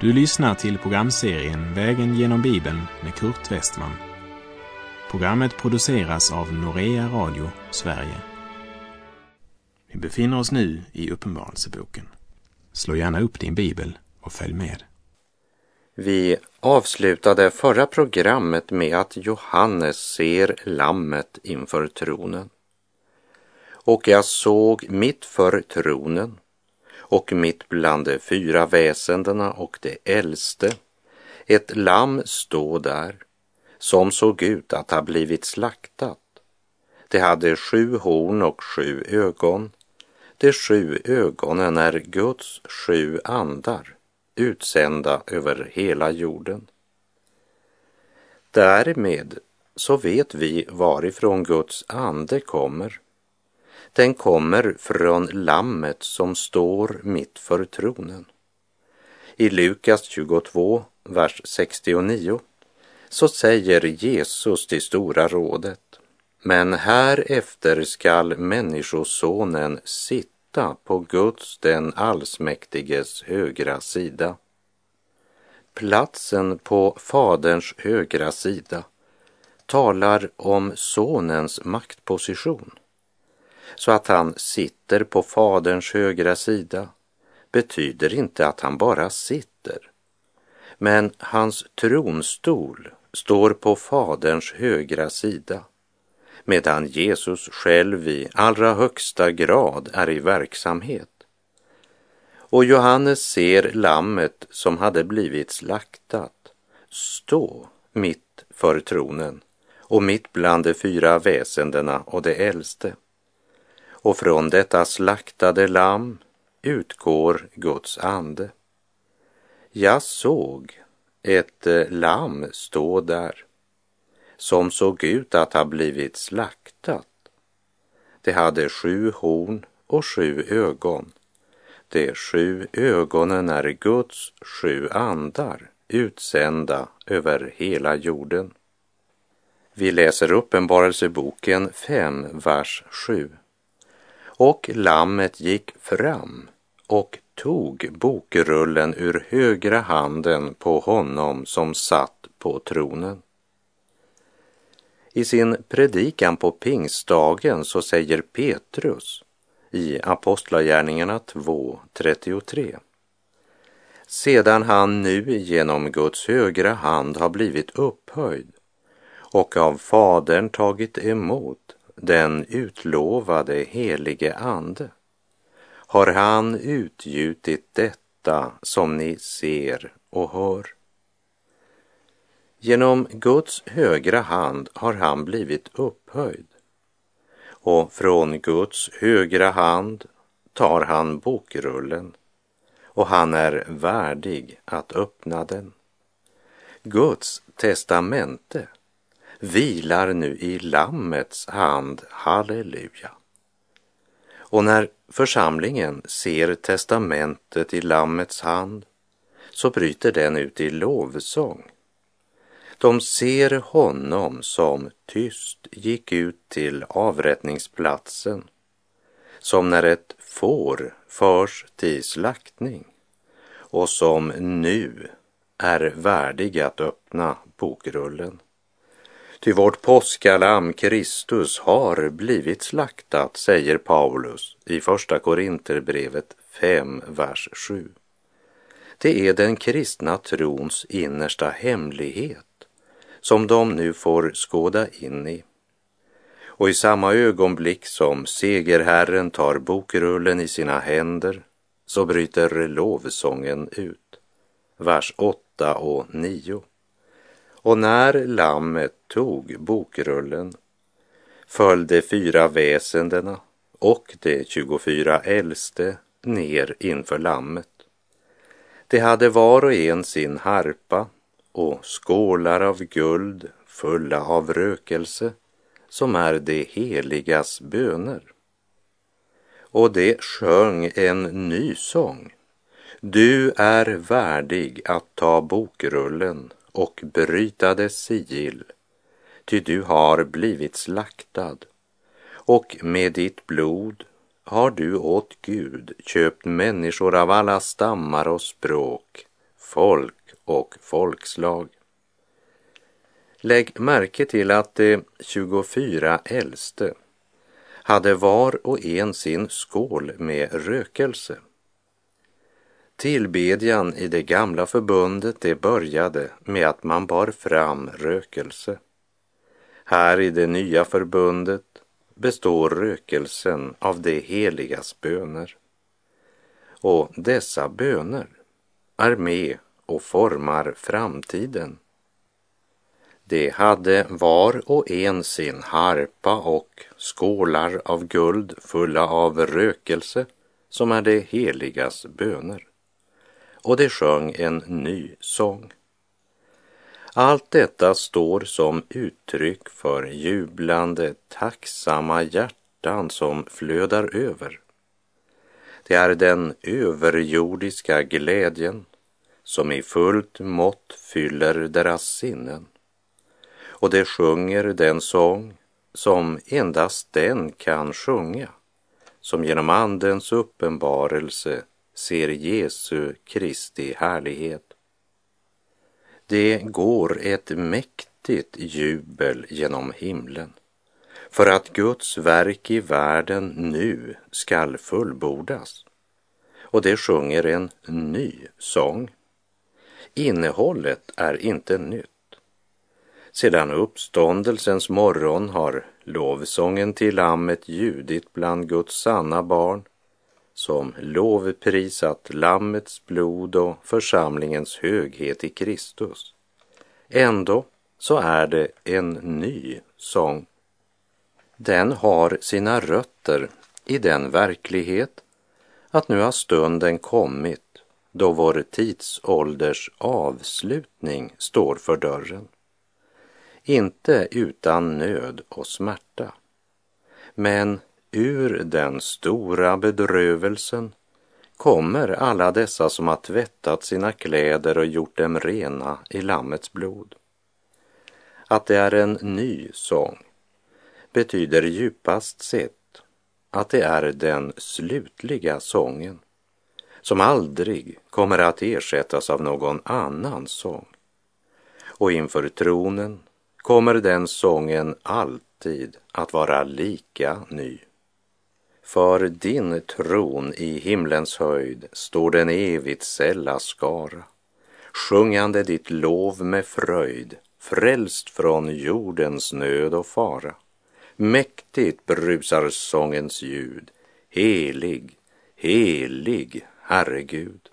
Du lyssnar till programserien Vägen genom Bibeln med Kurt Westman. Programmet produceras av Norea Radio, Sverige. Vi befinner oss nu i Uppenbarelseboken. Slå gärna upp din bibel och följ med. Vi avslutade förra programmet med att Johannes ser lammet inför tronen. Och jag såg mitt för tronen och mitt bland de 4 väsendena och det äldste, ett lamm stå där, som såg ut att ha blivit slaktat. Det hade 7 horn och 7 ögon. De 7 ögonen är Guds 7 andar, utsända över hela jorden. Därmed så vet vi varifrån Guds ande kommer. Den kommer från lammet som står mitt för tronen. I Lukas 22, vers 69, så säger Jesus till Stora rådet: men härefter skall människosonen sitta på Guds den allsmäktiges högra sida. Platsen på Faderns högra sida talar om sonens maktposition. Så att han sitter på Faderns högra sida betyder inte att han bara sitter. Men hans tronstol står på Faderns högra sida, medan Jesus själv i allra högsta grad är i verksamhet. Och Johannes ser lammet som hade blivit slaktat stå mitt för tronen och mitt bland de 4 väsendena och det äldste. Och från detta slaktade lamm utgår Guds ande. Jag såg ett lamm stå där, som såg ut att ha blivit slaktat. Det hade 7 horn och 7 ögon. De 7 ögonen är Guds 7 andar, utsända över hela jorden. Vi läser Uppenbarelseboken 5, vers 7. Och lammet gick fram och tog bokrullen ur högra handen på honom som satt på tronen. I sin predikan på pingstdagen så säger Petrus i Apostlagärningarna 2:33: sedan han nu genom Guds högra hand har blivit upphöjd och av Fadern tagit emot den utlovade helige ande, har han utgjutit detta som ni ser och hör. Genom Guds högra hand har han blivit upphöjd, och från Guds högra hand tar han bokrullen, och han är värdig att öppna den. Guds testamente vilar nu i lammets hand, halleluja. Och när församlingen ser testamentet i lammets hand så bryter den ut i lovsång. De ser honom som tyst gick ut till avrättningsplatsen, som när ett får förs till slaktning, och som nu är värdig att öppna bokrullen. Ty vårt påskalamm Kristus har blivit slaktat, säger Paulus i 1 Korinterbrevet 5, vers 7. Det är den kristna trons innersta hemlighet som de nu får skåda in i. Och i samma ögonblick som segerherren tar bokrullen i sina händer så bryter lovsången ut. Vers 8 och 9. Och när lammet tog bokrullen föll de 4 väsendena och de 24 äldste ner inför lammet. De hade var och en sin harpa och skålar av guld fulla av rökelse, som är de heligas böner. Och de sjöng en ny sång: du är värdig att ta bokrullen och bryta dess sigill, ty du har blivit slaktad, och med ditt blod har du åt Gud köpt människor av alla stammar och språk, folk och folkslag. Lägg märke till att de 24 äldste hade var och en sin skål med rökelse. Tillbedjan i det gamla förbundet det började med att man bar fram rökelse. Här i det nya förbundet består rökelsen av det heligas böner. Och dessa böner är med och formar framtiden. De hade var och en sin harpa och skålar av guld fulla av rökelse som är det heligas böner. Och de sjöng en ny sång. Allt detta står som uttryck för jublande, tacksamma hjärtan som flödar över. Det är den överjordiska glädjen som i fullt mått fyller deras sinnen. Och de sjunger den sång som endast den kan sjunga, som genom Andens uppenbarelse ser Jesu Kristi härlighet. Det går ett mäktigt jubel genom himlen för att Guds verk i världen nu skall fullbordas. Och det sjunger en ny sång. Innehållet är inte nytt. Sedan uppståndelsens morgon har lovsången till Lammet ljudit bland Guds sanna barn, som lovprisat Lammets blod och församlingens höghet i Kristus. Ändå så är det en ny sång. Den har sina rötter i den verklighet att nu har stunden kommit då vår tidsålders avslutning står för dörren. Inte utan nöd och smärta, men ur den stora bedrövelsen kommer alla dessa som har tvättat sina kläder och gjort dem rena i Lammets blod. Att det är en ny sång betyder djupast sett att det är den slutliga sången som aldrig kommer att ersättas av någon annan sång. Och inför tronen kommer den sången alltid att vara lika ny. För din tron i himlens höjd står den evigt sälla skara, sjungande ditt lov med fröjd, frälst från jordens nöd och fara. Mäktigt brusar sångens ljud, helig, helig, Herre Gud.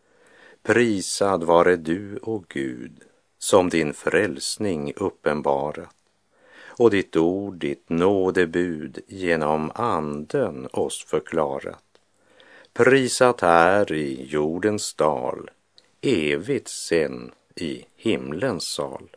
Prisad vare du, o Gud, som din frälsning uppenbarat, och ditt ord, ditt nådebud genom anden oss förklarat. Prisat här i jordens dal, evigt sen i himlens sal.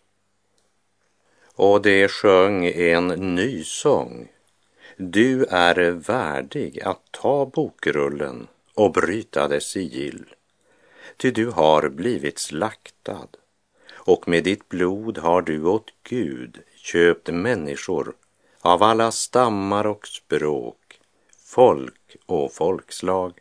Och det sjöng en ny sång. Du är värdig att ta bokrullen och bryta dess sigill. Ty du har blivit slaktad, och med ditt blod har du åt Gud köpt människor av alla stammar och språk, folk och folkslag.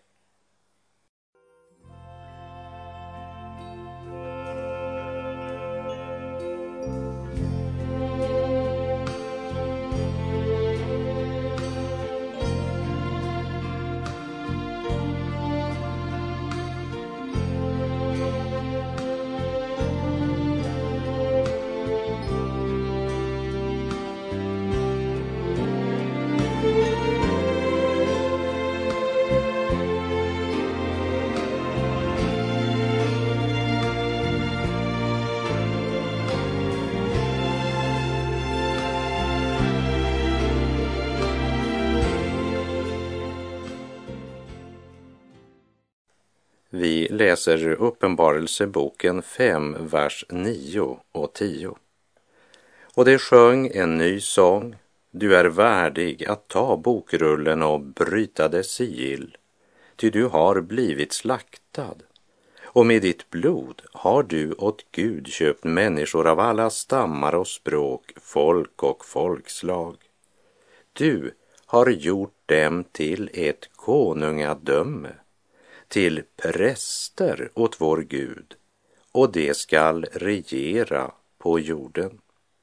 Vi läser Uppenbarelseboken 5, vers 9 och 10. Och det sjöng en ny sång. Du är värdig att ta bokrullen och bryta dess sigill, ty du har blivit slaktad, och med ditt blod har du åt Gud köpt människor av alla stammar och språk, folk och folkslag. Du har gjort dem till ett konungadöme, till präster åt vår Gud, och det skall regera på jorden.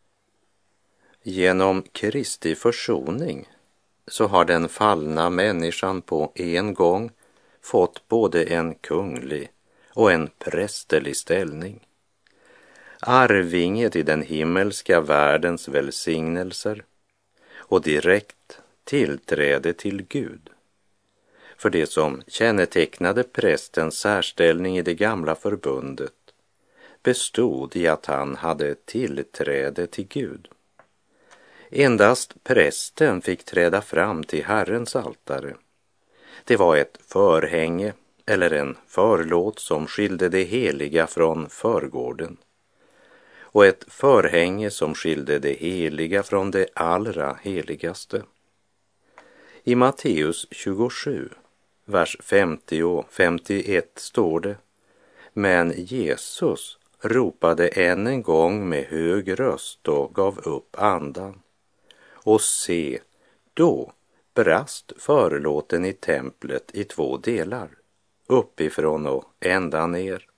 Genom Kristi försoning så har den fallna människan på en gång fått både en kunglig och en prästerlig ställning. Arvinge till den himmelska världens välsignelser och direkt tillträde till Gud. För det som kännetecknade prästens särställning i det gamla förbundet bestod i att han hade tillträde till Gud. Endast prästen fick träda fram till Herrens altare. Det var ett förhänge eller en förlåt som skilde det heliga från förgården, och ett förhänge som skilde det heliga från det allra heligaste. I Matteus 27, vers 50 och 51 står det: Men Jesus ropade än en gång med hög röst och gav upp andan. Och se, då brast förlåten i templet i 2 delar, uppifrån och ända ner.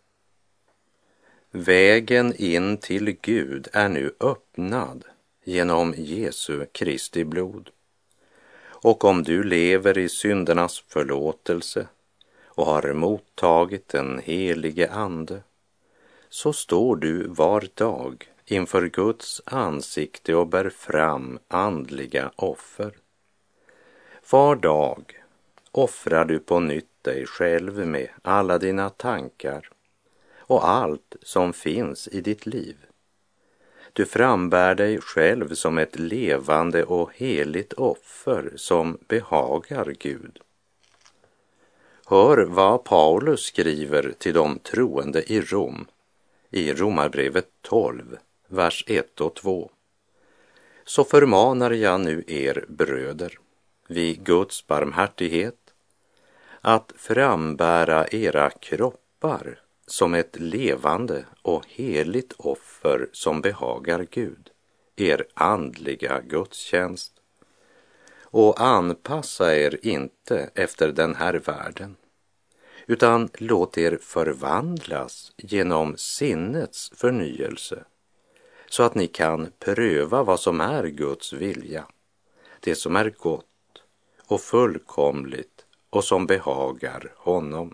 Vägen in till Gud är nu öppnad genom Jesu Kristi blod. Och om du lever i syndernas förlåtelse och har mottagit den helige ande, så står du var dag inför Guds ansikte och bär fram andliga offer. Var dag offrar du på nytt dig själv med alla dina tankar och allt som finns i ditt liv. Du frambär dig själv som ett levande och heligt offer som behagar Gud. Hör vad Paulus skriver till de troende i Rom, i Romarbrevet 12, vers 1 och 2. Så förmanar jag nu er bröder, vid Guds barmhärtighet, att frambära era kroppar som ett levande och heligt offer som behagar Gud, er andliga gudstjänst. Och anpassa er inte efter den här världen, utan låt er förvandlas genom sinnets förnyelse, så att ni kan pröva vad som är Guds vilja, det som är gott och fullkomligt och som behagar honom.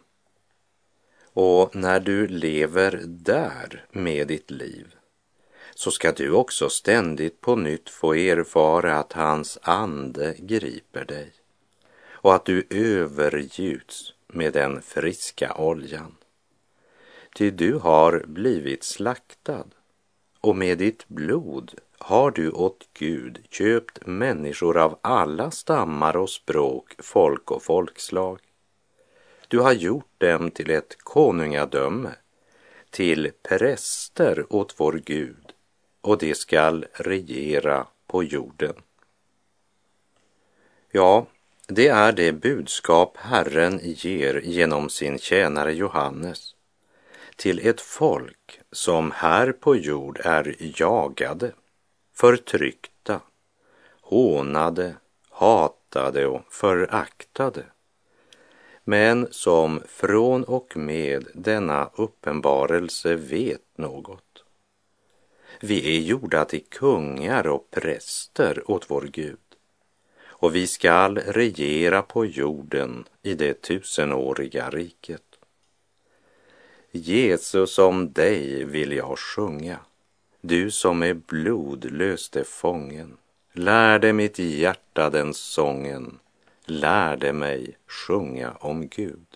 Och när du lever där med ditt liv, så ska du också ständigt på nytt få erfara att hans ande griper dig och att du övergjuts med den friska oljan. Ty du har blivit slaktad, och med ditt blod har du åt Gud köpt människor av alla stammar och språk, folk och folkslag. Du har gjort dem till ett konungadöme, till präster åt vår Gud, och det skall regera på jorden. Ja, det är det budskap Herren ger genom sin tjänare Johannes till ett folk som här på jord är jagade, förtryckta, hånade, hatade och föraktade, men som från och med denna uppenbarelse vet något. Vi är gjorda till kungar och präster åt vår Gud, och vi skall regera på jorden i det 1000-åriga riket. Jesus, om dig vill jag sjunga, du som är blodlöste fången. Lärde mitt hjärta den sången, lärde mig sjunga om Gud.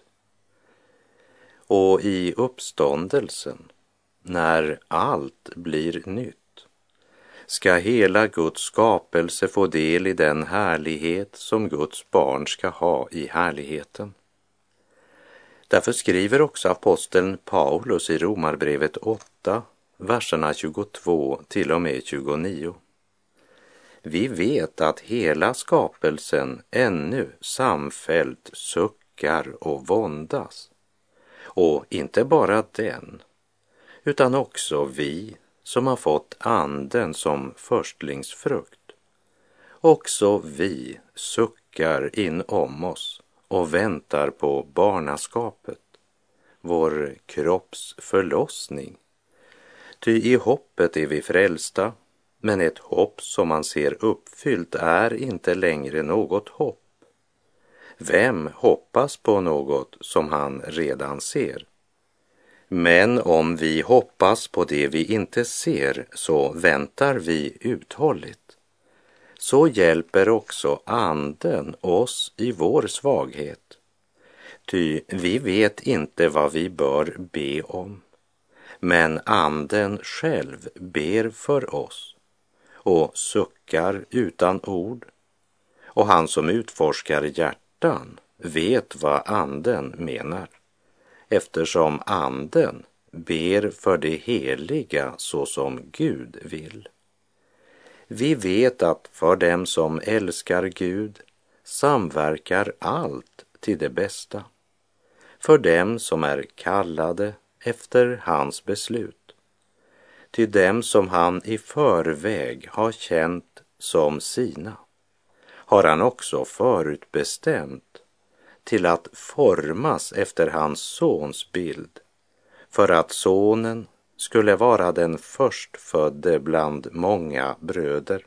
Och i uppståndelsen, när allt blir nytt, ska hela Guds skapelse få del i den härlighet som Guds barn ska ha i härligheten. Därför skriver också aposteln Paulus i Romarbrevet 8, verserna 22 till och med 29. Vi vet att hela skapelsen ännu samfällt suckar och våndas. Och inte bara den, utan också vi som har fått anden som förstlingsfrukt. Också vi suckar in om oss och väntar på barnaskapet, vår kropps förlossning. Ty i hoppet är vi frälsta, men ett hopp som man ser uppfyllt är inte längre något hopp. Vem hoppas på något som han redan ser? Men om vi hoppas på det vi inte ser, så väntar vi uthålligt. Så hjälper också anden oss i vår svaghet. Ty vi vet inte vad vi bör be om. Men anden själv ber för oss och suckar utan ord. Och han som utforskar hjärtan vet vad anden menar, eftersom anden ber för det heliga så som Gud vill. Vi vet att för dem som älskar Gud samverkar allt till det bästa, för dem som är kallade efter hans beslut, till dem som han i förväg har känt som sina, har han också förutbestämt till att formas efter hans sons bild, för att sonen skulle vara den förstfödde bland många bröder.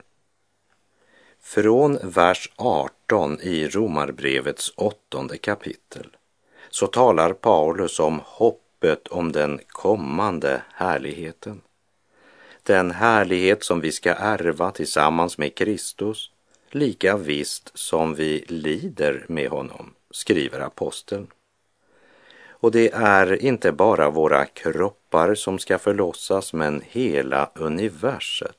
Från vers 18 i Romarbrevets 8:e kapitel så talar Paulus om hoppet om den kommande härligheten. Den härlighet som vi ska ärva tillsammans med Kristus, lika visst som vi lider med honom, skriver aposteln. Och det är inte bara våra kroppar som ska förlossas, men hela universet.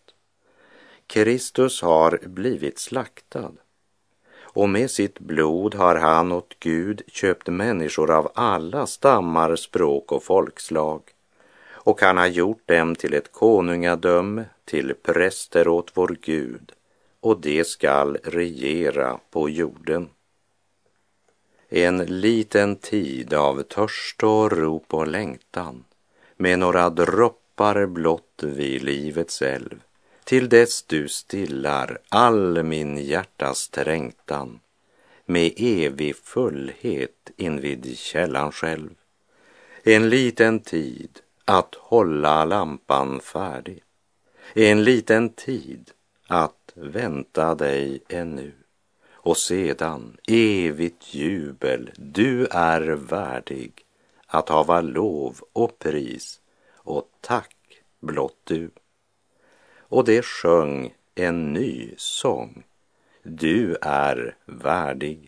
Kristus har blivit slaktad, och med sitt blod har han åt Gud köpt människor av alla stammar, språk och folkslag, och han har gjort dem till ett konungadöme, till präster åt vår Gud, och det skall regera på jorden. En liten tid av törst och rop och längtan, med några droppar blott vid livets älv, till dess du stillar all min hjärtas trängtan, med evig fullhet invid källan själv. En liten tid att hålla lampan färdig, en liten tid att vänta dig ännu, och sedan evigt jubel, du är värdig att hava lov och pris och tack blott du. Och det sjöng en ny sång, du är värdig.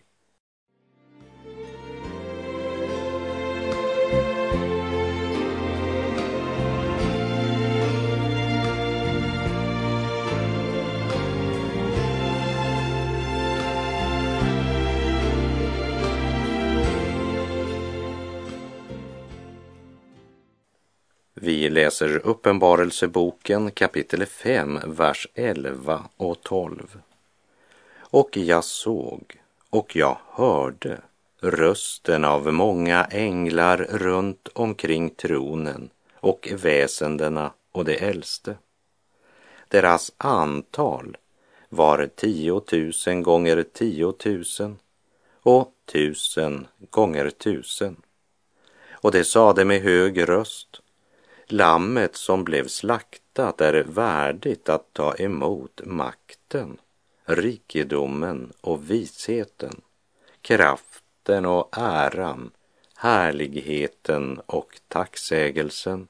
Vi läser Uppenbarelseboken kapitel 5, vers 11 och 12. Och jag såg och jag hörde rösten av många änglar runt omkring tronen och väsendena och de äldste. Deras antal var 10 000 gånger 10 000 och 1000 gånger 1000. Och det sade med hög röst: Lammet som blev slaktat är värdigt att ta emot makten, rikedomen och visheten, kraften och äran, härligheten och tacksägelsen.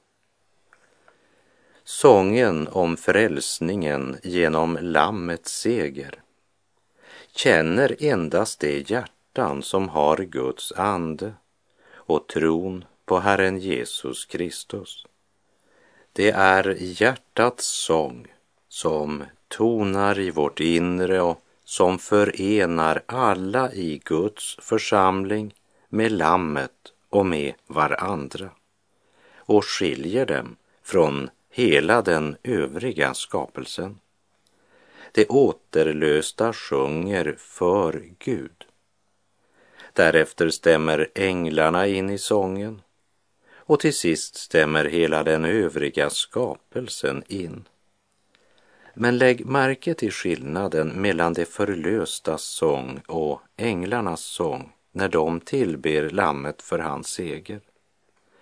Sången om frälsningen genom Lammets seger känner endast de hjärtan som har Guds ande och tron på Herren Jesus Kristus. Det är hjärtats sång som tonar i vårt inre och som förenar alla i Guds församling med Lammet och med varandra och skiljer dem från hela den övriga skapelsen. Det återlösta sjunger för Gud. Därefter stämmer änglarna in i sången, och till sist stämmer hela den övriga skapelsen in. Men lägg märke till skillnaden mellan det förlöstas sång och änglarnas sång när de tillber Lammet för hans seger.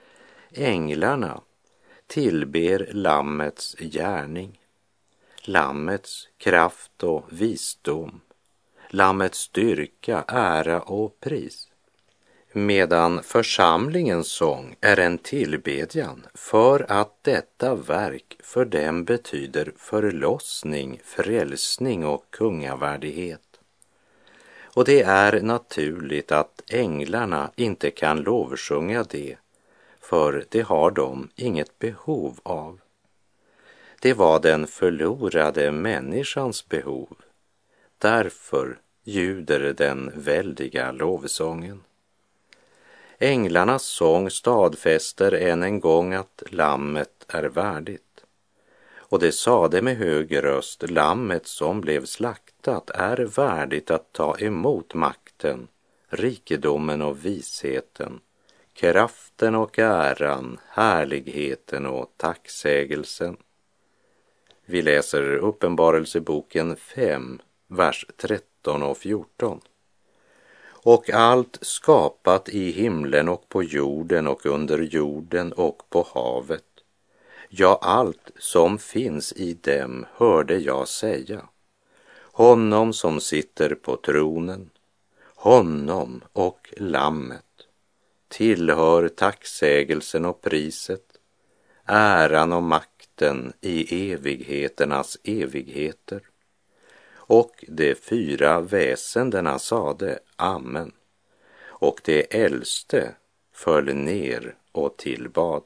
Änglarna tillber Lammets gärning, Lammets kraft och visdom, Lammets styrka, ära och pris. Medan församlingens sång är en tillbedjan för att detta verk för dem betyder förlossning, frälsning och kungavärdighet. Och det är naturligt att änglarna inte kan lovsjunga det, för det har de inget behov av. Det var den förlorade människans behov. Därför ljuder den väldiga lovsången. Änglarnas sång stadfäster än en gång att lammet är värdigt. Och det sade med hög röst, lammet som blev slaktat är värdigt att ta emot makten, rikedomen och visheten, kraften och äran, härligheten och tacksägelsen. Vi läser Uppenbarelseboken 5, vers 13 och 14. Och allt skapat i himlen och på jorden och under jorden och på havet, ja, allt som finns i dem hörde jag säga, honom som sitter på tronen, honom och lammet, tillhör tacksägelsen och priset, äran och makten i evigheternas evigheter. Och de 4 väsendena sade amen, och det äldste föll ner och tillbad.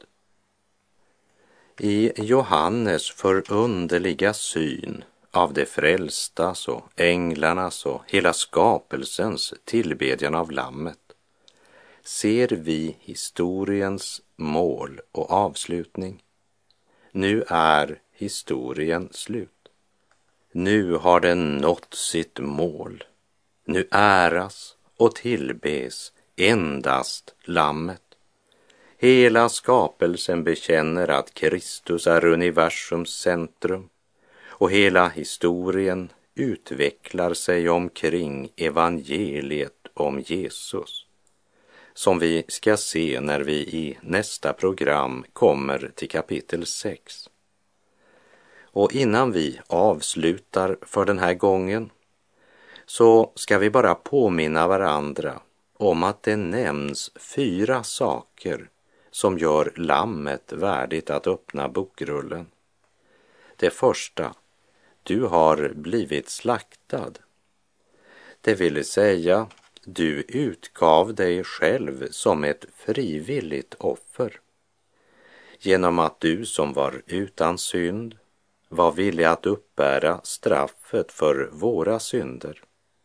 I Johannes förunderliga syn av de frälstas och änglarnas och hela skapelsens tillbedjan av lammet ser vi historiens mål och avslutning. Nu är historien slut. Nu har den nått sitt mål. Nu äras och tillbes endast lammet. Hela skapelsen bekänner att Kristus är universums centrum och hela historien utvecklar sig omkring evangeliet om Jesus, som vi ska se när vi i nästa program kommer till kapitel 6. Och innan vi avslutar för den här gången så ska vi bara påminna varandra om att det nämns 4 saker som gör lammet värdigt att öppna bokrullen. Det första, du har blivit slaktad. Det vill säga, du utgav dig själv som ett frivilligt offer. Genom att du som var utan synd var villig att uppbära straffet för våra synder.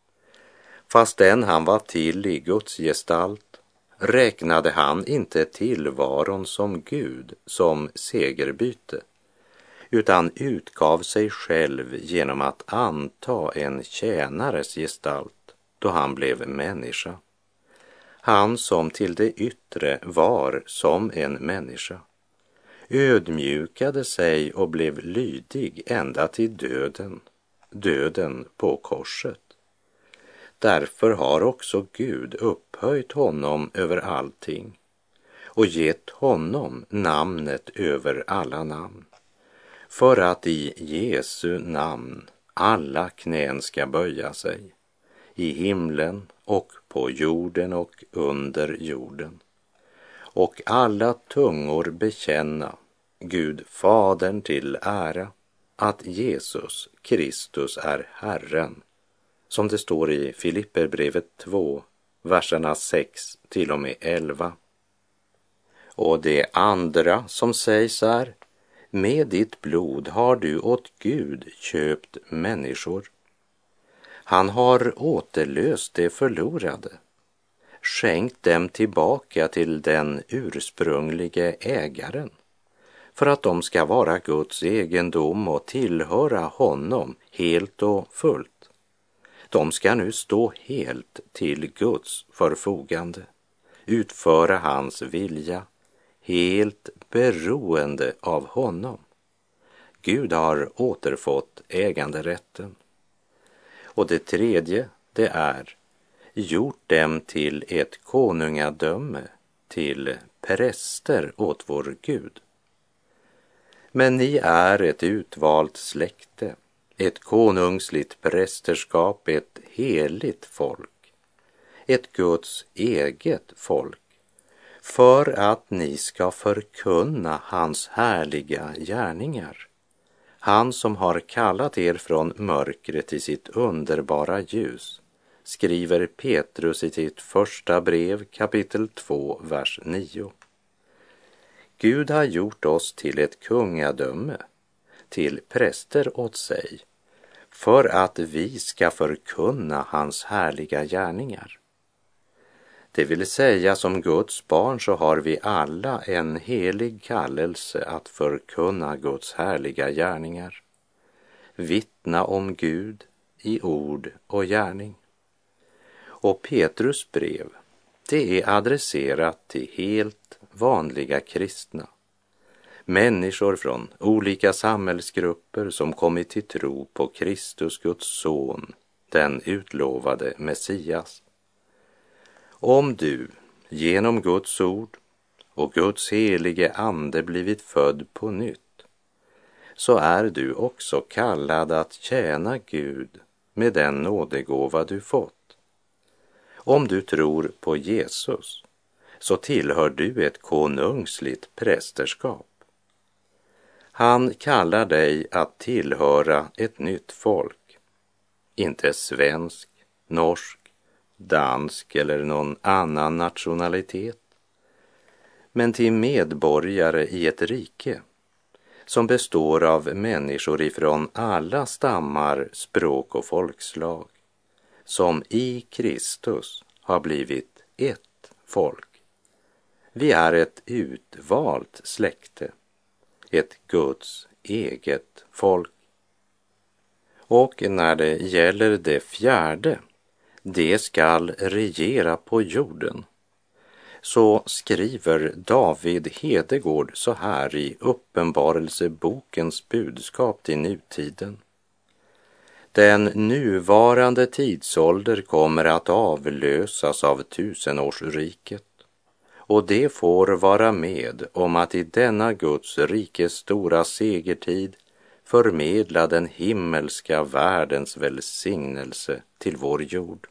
Fastän han var till i Guds gestalt räknade han inte tillvaron som Gud som segerbyte, utan utgav sig själv genom att anta en tjänares gestalt då han blev människa. Han som till det yttre var som en människa ödmjukade sig och blev lydig ända till döden, döden på korset. Därför har också Gud upphöjt honom över allting och gett honom namnet över alla namn, för att i Jesu namn alla knän ska böja sig, i himlen och på jorden och under jorden, och alla tungor bekänna Gud Fadern till ära att Jesus Kristus är Herren, som det står i Filipperbrevet 2, verserna 6 till och med 11. Och det andra som sägs är, med ditt blod har du åt Gud köpt människor. Han har återlöst det förlorade, skänkt dem tillbaka till den ursprunglige ägaren, för att de ska vara Guds egendom och tillhöra honom helt och fullt. De ska nu stå helt till Guds förfogande, utföra hans vilja, helt beroende av honom. Gud har återfått äganderätten. Och det tredje, det är gjort dem till ett konungadöme, till präster åt vår Gud. Men ni är ett utvalt släkte, ett konungsligt prästerskap, ett heligt folk, ett Guds eget folk, för att ni ska förkunna hans härliga gärningar. Han som har kallat er från mörkret till sitt underbara ljus, skriver Petrus i sitt första brev kapitel 2, vers 9. Gud har gjort oss till ett kungadöme, till präster åt sig, för att vi ska förkunna hans härliga gärningar. Det vill säga, som Guds barn så har vi alla en helig kallelse att förkunna Guds härliga gärningar, vittna om Gud i ord och gärning. Och Petrus brev, det är adresserat till helt vanliga kristna, människor från olika samhällsgrupper som kommit till tro på Kristus, Guds son, den utlovade Messias. Om du genom Guds ord och Guds helige ande blivit född på nytt, så är du också kallad att tjäna Gud med den nådegåva du fått. Om du tror på Jesus, så tillhör du ett konungsligt prästerskap. Han kallar dig att tillhöra ett nytt folk, inte svensk, norsk, dansk eller någon annan nationalitet, men till medborgare i ett rike som består av människor ifrån alla stammar, språk och folkslag, som i Kristus har blivit ett folk. Vi är ett utvalt släkte, ett Guds eget folk. Och när det gäller det fjärde, det skall regera på jorden, så skriver David Hedegård så här i Uppenbarelsebokens budskap till nutiden. Den nuvarande tidsålder kommer att avlösas av tusenårsriket, och det får vara med om att i denna Guds rikes stora segertid förmedla den himmelska världens välsignelse till vår jord.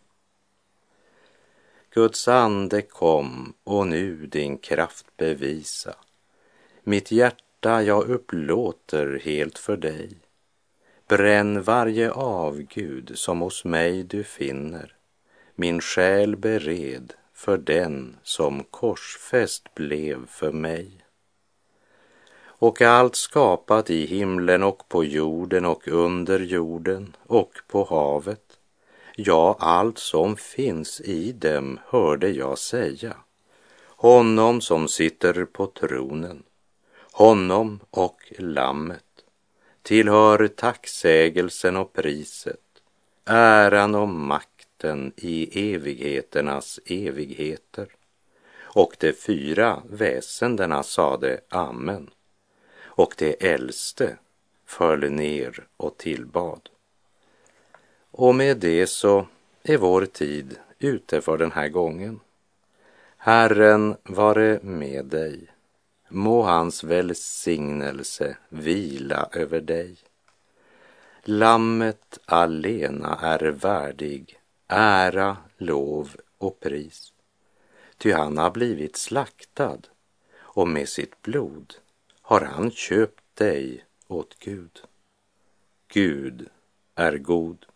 Guds ande kom och nu din kraft bevisa. Mitt hjärta jag upplåter helt för dig. Bränn varje avgud som hos mig du finner. Min själ bered för den som korsfäst blev för mig. Och allt skapat i himlen och på jorden och under jorden och på havet, ja, allt som finns i dem, hörde jag säga, honom som sitter på tronen, honom och lammet, tillhör tacksägelsen och priset, äran och makten i evigheternas evigheter. Och de 4 väsendena sade amen, och det äldste föll ner och tillbad. Och med det så är vår tid ute för den här gången. Herren vare med dig. Må hans välsignelse vila över dig. Lammet alena är värdig ära, lov och pris. Ty han har blivit slaktad, och med sitt blod har han köpt dig åt Gud. Gud är god.